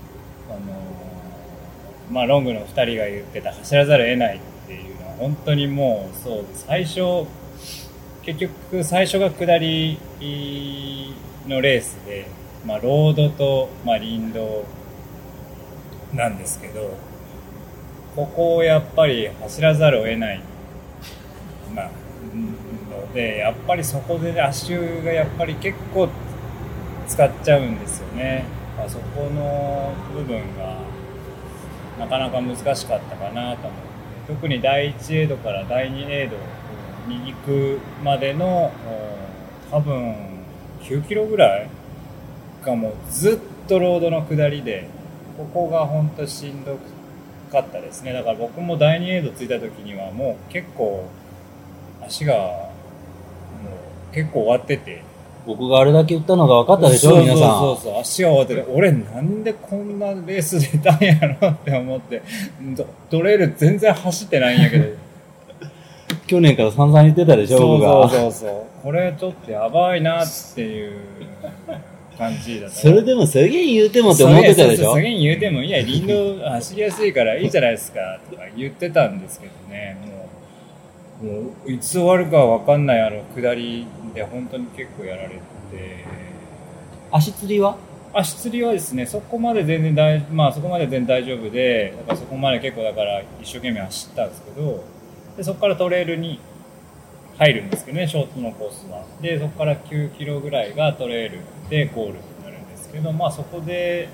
まあロングの2人が言ってた走らざるを得ないっていうのは本当にもうそうです。結局最初が下りのレースで、まあロードと、まあ林道なんですけど、ここをやっぱり走らざるを得ない、まあ、ので、やっぱりそこで足がやっぱり結構使っちゃうんですよね。そこの部分がなかなか難しかったかなと思って、特に第1エイドから第2エイドに行くまでの多分9キロぐらいがもうずっとロードの下りで、ここが本当しんどかったですね。だから僕も第2エイド着いた時にはもう結構足がもう結構終わってて、 僕があれだけ言ったのが分かったでしょ、皆さん。 そう足が終わってて、俺なんでこんなレース出たんやろって思って、トレイル全然走ってないんやけど去年から散々言ってたでしょ、僕が。 そうこれちょっとやばいなっていう感じだった。 それでも制限言うてもって思ってたでしょ。 制限言うても、いや林道走りやすいからいいじゃないですかとか言ってたんですけどね、もういつ終わるか分かんない下りで本当に結構やられて。 足つりはですね、そこまで全然大丈夫で、だからそこまで結構だから一生懸命走ったんですけど、でそこからトレイルに入るんですけどね、ショートのコースは。でそこから9キロぐらいがトレイルでゴールになるんですけど、まあそこで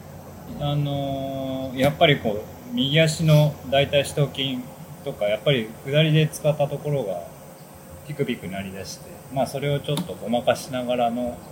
やっぱりこう右足の大腿四頭筋とかやっぱり下りで使ったところがピクピクなりだして、まあそれをちょっとごまかしながらの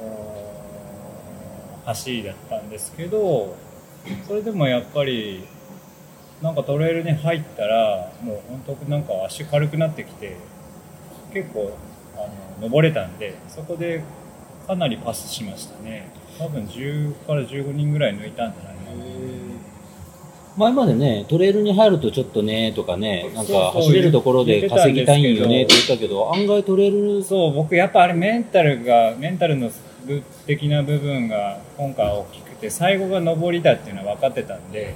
走りだったんですけど、それでもやっぱりなんかトレイルに入ったらもう本当なんか足軽くなってきて、結構登れたんで、そこでかなりパスしましたね。多分10から15人ぐらい抜いたんじゃないかな。 前までね、トレイルに入るとちょっとねとかね、なんか走れるところで稼ぎたいんよねって言ったけど、案外トレイル、 そう僕やっぱあれメンタルの的な部分が今回大きくて、最後が上りだっていうのは分かってたんで、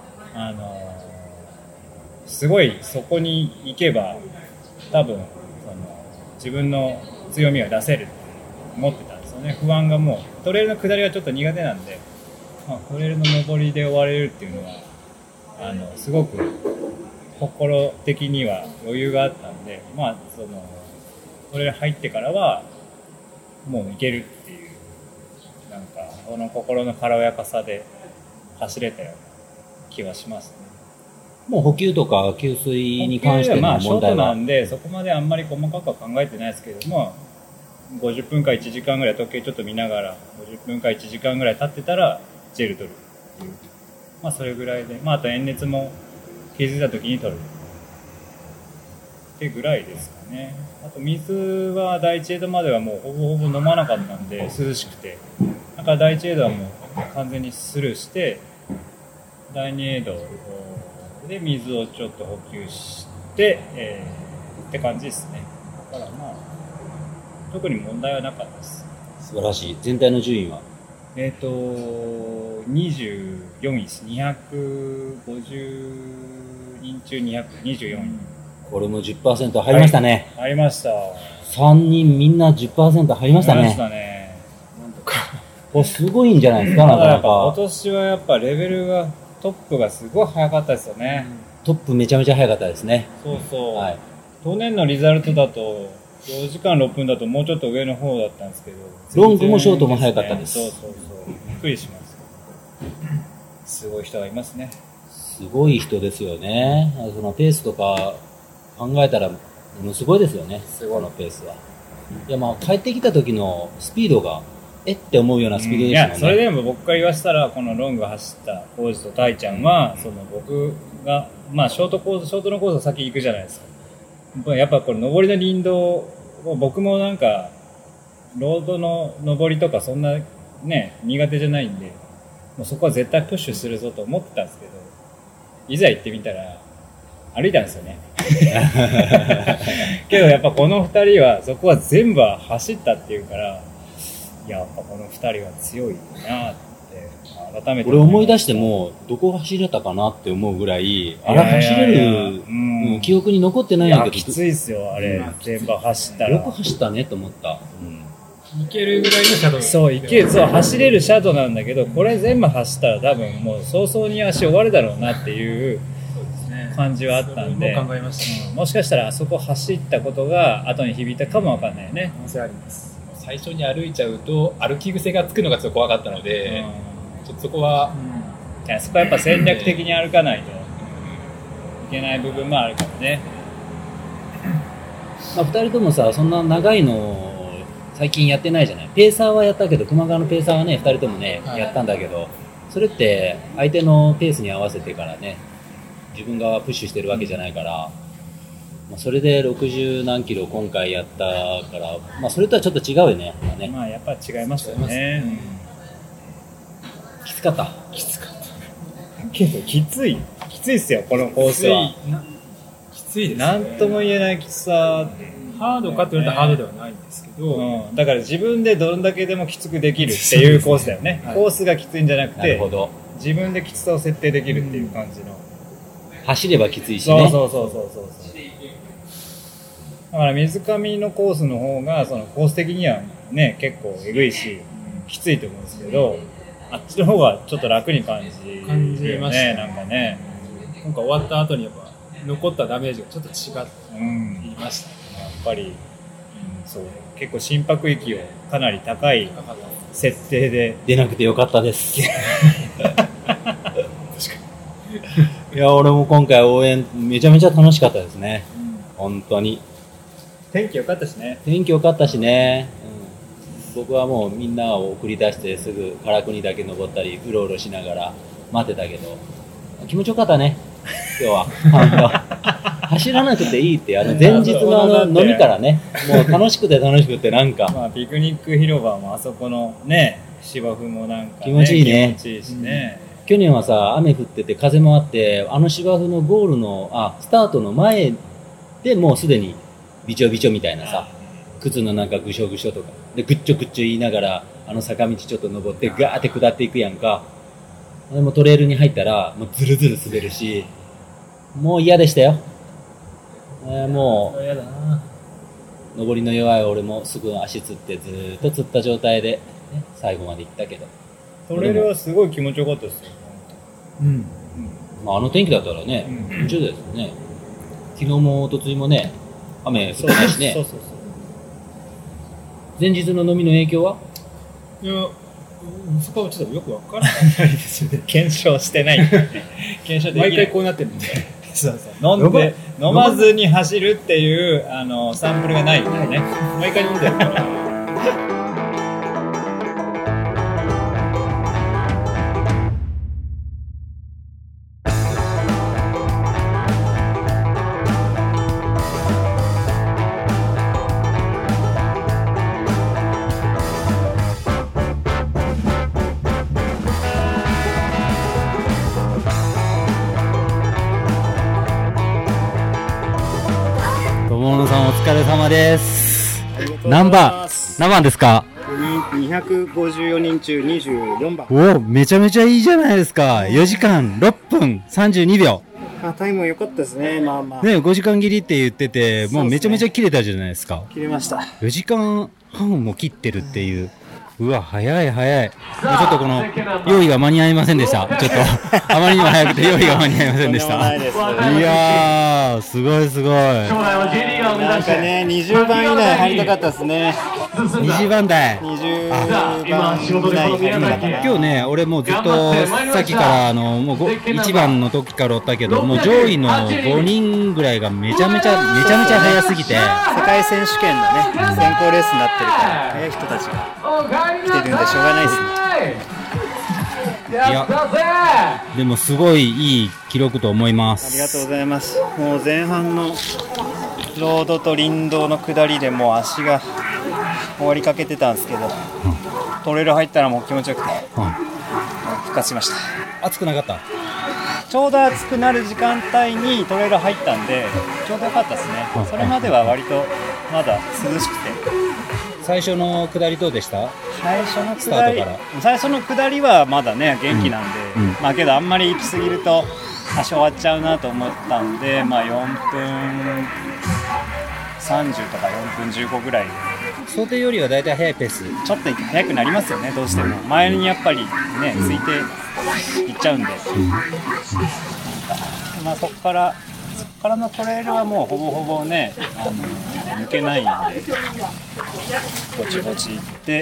すごいそこに行けば多分自分の強みが出せるって思ってたんですよね。不安がもうトレイルの下りはちょっと苦手なんで、トレイルの上りで終われるっていうのはすごく心的には余裕があったんで、まあトレイル入ってからはもういけるっていう、なんかこの心の軽やかさで走れたような気はしますね。 もう補給とか給水に関しての問題は、 まあショートなんでそこまであんまり細かくは考えてないですけども、50分か1時間ぐらい時計ちょっと見ながら50分か1時間ぐらい経ってたらジェル取るっていう、まあそれぐらいで、まああと塩熱も気づいた時に取るってぐらいですかね。あと水は第1エイドまではもうほぼほぼ飲まなかったんで涼しくて、だから第1エイドはもう完全にスルーして、第2エイドで水をちょっと補給して、って感じですね。だからまあ特に問題はなかったです。 素晴らしい。全体の順位は 24位です。250人中224位。 これも 10% 入りましたね。 ありました。 3人みんな 10% 入りましたありましね。 たね。 なんとか。 これすごいんじゃないですか、なかなただやっぱ今か。 年はやっぱレベルが、トップがすごい早かったですよね。 トップめちゃめちゃ早かったですね。 そうそう。 はい。 去年のリザルトだと、4時間6分だともうちょっと上の方だったんですけど。 ロングもショートも早かったですそうそうそう。びっくりします。すごい人がいますね。 すごい人ですよね。そのペースとか考えたら、ものすごいですよね。このペースは。いや、まあ、帰ってきた時のスピードが、って思うようなスピードですよね。 いや、それでも僕から言わせたら、このロング走ったコウジとタイちゃんは、その僕が、まあショートのコースを先行くじゃないですか。やっぱこれ上りの林道を僕もなんか、ロードの上りとかそんなね、苦手じゃないんで、もうそこは絶対プッシュするぞと思ってたんですけど、いざ行ってみたら、歩いたんですよね。けどやっぱこの二人はそこは全部走ったっていうから、やっぱこの二人は強いなって改めて俺思い出してもどこ走れたかなって思うぐらいあれ走れる記憶に残ってないんだけど、 きついっすよあれ、全部走ったらよく走ったねと思った、 いけるぐらいのシャドウ。 そう走れるシャドウなんだけど、これ全部走ったら多分もう早々に足終わるだろうなっていう感じはあったんで、 も考えました、 もしかしたらあそこ走ったことが後に響いたかもわかんないよね。 可能性あります。 最初に歩いちゃうと歩き癖がつくのがちょっと怖かったので、ちょっとそこは、 いやそこはやっぱ戦略的に歩かないといけない部分もあるからね。 まあ、2人ともさそんな長いの最近やってないじゃない。ペーサーはやったけど、球磨川のペーサーはね2人ともね、やったんだけど、それって相手のペースに合わせてからね自分がプッシュしてるわけじゃないから、まあ、それで60何キロ今回やったから、まあ、それとはちょっと違うよね。 まあやっぱ違いましたよね。 きつかった。 けどきついっすよこのコースは。 きついです、ね。 なんとも言えないきつさ。 ハードかと言われたらハードではないんですけど、 だから自分でどんだけでもきつくできるっていうコースだよね。 はい、 コースがきついんじゃなくて、 なるほど、 自分できつさを設定できるっていう感じの。 走ればきついしね。 そう。だから水上のコースの方がそのコース的にはね結構えぐいしきついと思うんですけど、あっちの方がちょっと楽に感じましたね。 なんかね、 今回終わった後にやっぱ残ったダメージがちょっと違っていましたね。 やっぱり、そう結構心拍域をかなり高い設定で出なくてよかったです確かに。いや俺も今回応援めちゃめちゃ楽しかったですね、本当に。 天気良かったしね。 天気良かったしね、僕はもうみんなを送り出してすぐ唐国だけ登ったりうろうろしながら待ってたけど気持ちよかったね今日は走らなくていいって前日の飲みからねもう楽しくてなんか、 まあ、ピクニック広場もあそこのね芝生もなんか、ね、 気持ちいいね。 気持ちいいしね、 去年はさ雨降ってて風もあって芝生のゴールのスタートの前でもうすでにびちょびちょみたいなさ、靴のなんかぐしょぐしょとかでぐっちょぐっちょ言いながら坂道ちょっと登ってガーって下っていくやんか。でもトレイルに入ったらもうズルズル滑るしもう嫌でしたよ。もう嫌だな。 上りの弱い俺もすぐ足つってずーっとつった状態で、ね、最後まで行ったけどトレイルはすごい気持ちよかったですよ。 まあ、天気だったらね気持ちよいですよね。昨日もおとついもね雨降ってないしね。 そう前日の飲みの影響は？ いやそこはちょっとよくわからないですよね。 検証してない検証できない。 毎回こうなってるんで飲まずに走るっていうサンプルがないんだよね。毎回飲んでるから友野さんお疲れ様です。何番ですか？ 254人中24番。 おお、めちゃめちゃいいじゃないですか。4時間6分32秒。 タイム良かったですね。まあまあ。 ね、5時間切りって言ってて、もうめちゃめちゃ切れたじゃないですか。 切れました。 4時間半も切ってるっていう。うわ、早い早い。もうちょっとこの、用意が間に合いませんでした。ちょっと、あまりにも早くて用意が間に合いませんでした。いやー、すごいすごい。 なんかね、20番以内入りたかったですね。 20番台。 20番以内入りたかな。 今日ね、俺もうずっとさっきからもう1番の時からおったけど、もう上位の5人ぐらいがめちゃめちゃ早すぎて、 世界選手権のね、選考レースになってるから早い人たちが来てるんでしょうがないですね。 いや、でもすごいいい記録と思います。 ありがとうございます。もう前半のロードと林道の下りでもう足が終わりかけてたんですけど、トレイル入ったらもう気持ちよくて、復活しました。 暑くなかった？ ちょうど暑くなる時間帯にトレイル入ったんでちょうどよかったですね。それまでは割とまだ涼しくて。 最初の下りどうでした？ 最初の下りはまだね元気なんで、まあけどあんまり行き過ぎると足終わっちゃうなと思ったんで、まあ4分30とか4分15ぐらいで想定よりはだいたい速いペース、 ちょっと速くなりますよね。どうしても前にやっぱりねついていっちゃうんで、まあそこからのトレイルはもうほぼほぼね抜けないんでぼちぼち行って、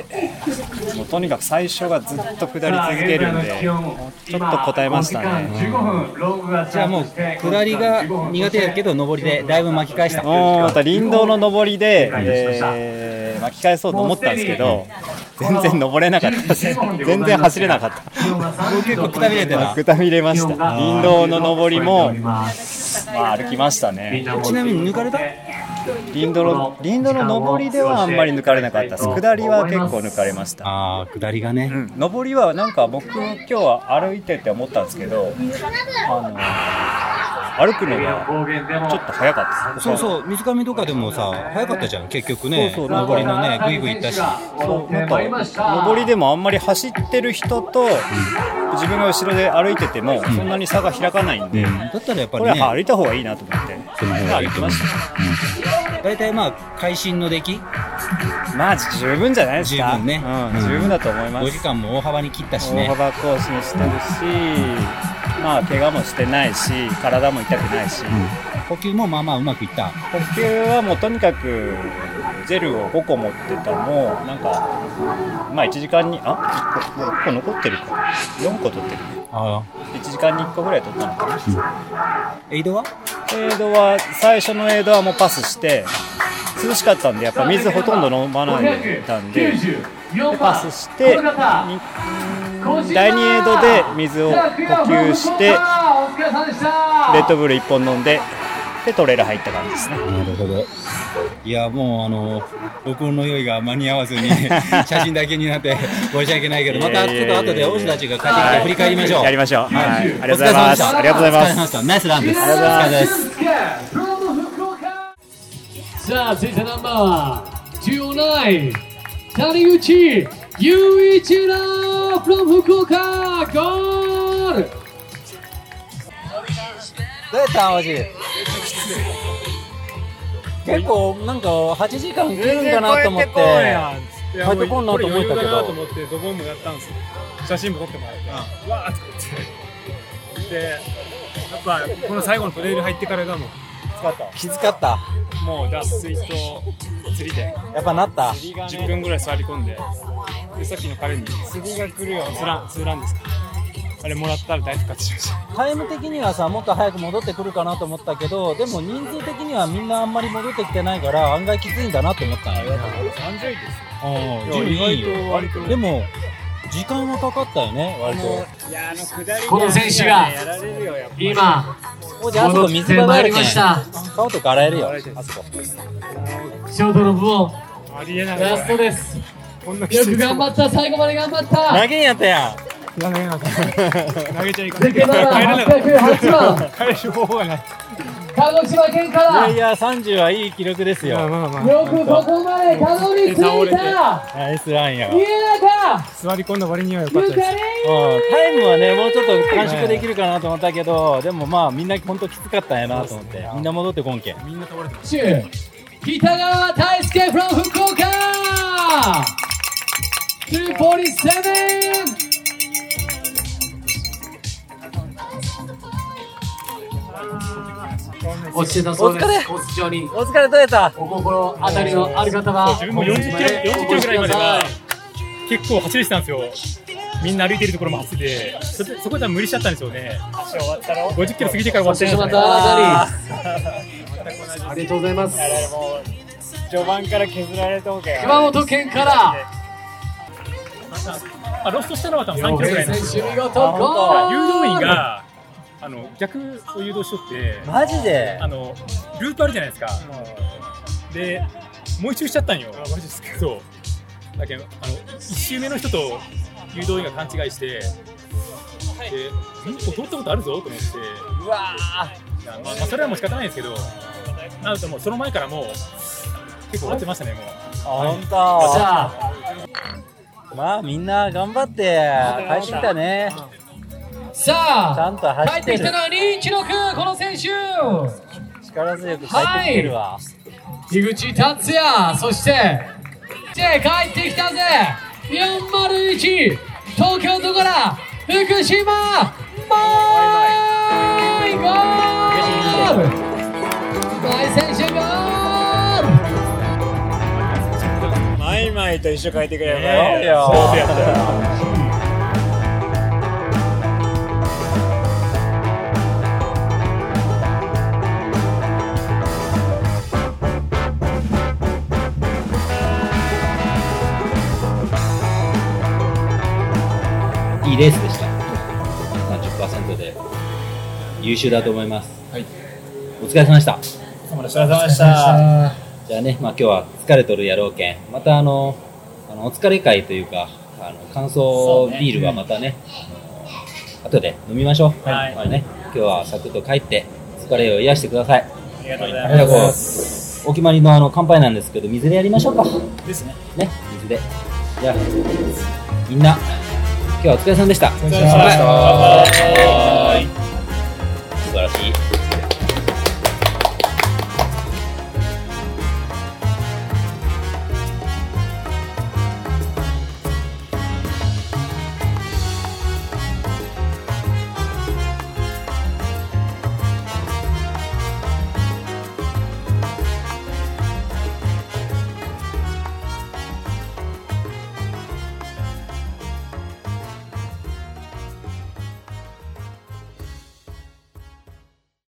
もうとにかく最初がずっと下り続けるんでちょっと答えましたね。 じゃあもう下りが苦手やけど上りでだいぶ巻き返した。 また林道の上りで、巻き返そうと思ったんですけど全然登れなかったです。全然走れなかった。 結構くたびれてた。 くたびれました。林道の上りも、まあ、歩きましたね。 ちなみに抜かれた？ 林道の上りではあんまり抜かれなかったです。下りは結構抜かれました。 下りがね、 上りはなんか僕今日は歩いてって思ったんですけど、歩くのがちょっと早かったです。 そう、水上とかでもさ早かったじゃん結局ね。上りのねグイグイいったし、 なんか上りでもあんまり走ってる人と自分が後ろで歩いててもそんなに差が開かないんで、 だったらやっぱりこれねは歩いた方がいいなと思って歩きました。 だいたいまあ会心の出来、 まあ十分じゃないですか。 十分ね、 十分だと思います。 5時間も大幅に切ったしね。 大幅更新してるし、まあ怪我もしてないし体も痛くないし、 呼吸もまあまあうまくいった。 呼吸はもうとにかくジェルを5個持ってたのをなんかまあ1時間に1個残ってるか4個取ってる。1時間に1個ぐらい取ったのかな。 エイドは最初のエイドはもうパスして涼しかったんでやっぱ水ほとんど飲まないでたんでパスして第2エイドで水を補給してレッドブル1本飲んでトレイル入った感じですね。 なるほど。いやもう録音の用意が間に合わずに写真だけになって申し訳ないけど、またちょっと後で王子たちが帰ってきて振り返りましょう。 やりましょう。ありがとうございます。ありがとうございます。 ナイスランです。 ありがとうございます。 さあ続いてナンバー209谷口雄一郎 from 福岡ゴール。 どうやった王子？結構なんか8時間来るんかなと思って入ってこんなと思ったけど、 と思ってドボンもやったんですよ。写真も撮ってもらってわーって言ってでやっぱこの最後のトレイル入ってからがもうきつかった。 もう脱水と釣りでやっぱなった 10分ぐらい座り込んで、さっきの彼に次が来るよツーランですか、あれもらったら大復活しました。 タイム的にはさもっと早く戻ってくるかなと思ったけど、でも人数的にはみんなあんまり戻ってきてないから案外きついんだなと思ったんだよ。 30位ですよ。 意外と割とでも時間はかかったよね割と。 いや下りこの選手が今戻ってまいりました。 顔とか洗えるよあそこ。 ショートの部門ありえない。 ラストです。 こんなよく頑張った、最後まで頑張った。 投げんやったやん。 投げなかった。投げちゃいかない。 ゼケナラ808番、 返る方法がない。 鹿児島県からいや30はいい記録ですよ。 まあまあよくここまでたどり着いた。 ナイスランや。 家中座り込んだ割には良かったです。 ゆかりタイムはねもうちょっと短縮できるかなと思ったけど、でもまあみんな本当きつかったんやなと思って、みんな戻ってこんけん。 みんな倒れてます。 北川大輔 from 福岡247。落ちてたそうです。コース上にお疲れ取れた。 お心当たりのある方は自分も40キロぐらいまでは結構走れてたんですよ。みんな歩いてるところも走ってて、そこでは無理しちゃったんですよね。50キロ過ぎてから終わってまたありがとうございます。 もう序盤から削られたわけや。 熊本県からロストしたのは多分3キロぐらいなんですよ。 選手見事ゴール。 誘導員が逆を誘導しとってマジでループあるじゃないですか。でもう一周しちゃったんよ。そうだけど1周目の人と誘導員が勘違いして、で通ったことあるぞと思って、 うわまあそれはもう仕方ないですけど、なるともうその前からもう結構終わってましたね。もうほんと。 じゃあまあみんな頑張って帰ってきたね。 さちゃあんと走っる帰っててきた。のは216この選手力強く帰ってきてるわ。 樋口達也、そして帰ってきたぜ401東京都から福島マイゴール。マイ選手ゴール。 マイマイと一緒帰ってくればいいよ。 そうやったよ。 いいレースでした。30% で優秀だと思います。 はい。 お疲れ様でした。 お疲れ様でした。 じゃあね、まあ今日は疲れとるやろうけん、またお疲れ会というか感想ビールはまたね、後で飲みましょう。 はい。 まあね、今日はサクッと帰って疲れを癒してください。 ありがとうございじゃあこまうす。 お決まりの乾杯なんですけど、水でやりましょうか。 ですね。 ね、水で。じゃあみんな今日はお疲れ様でした。 お疲れ様でした。 素晴らしい。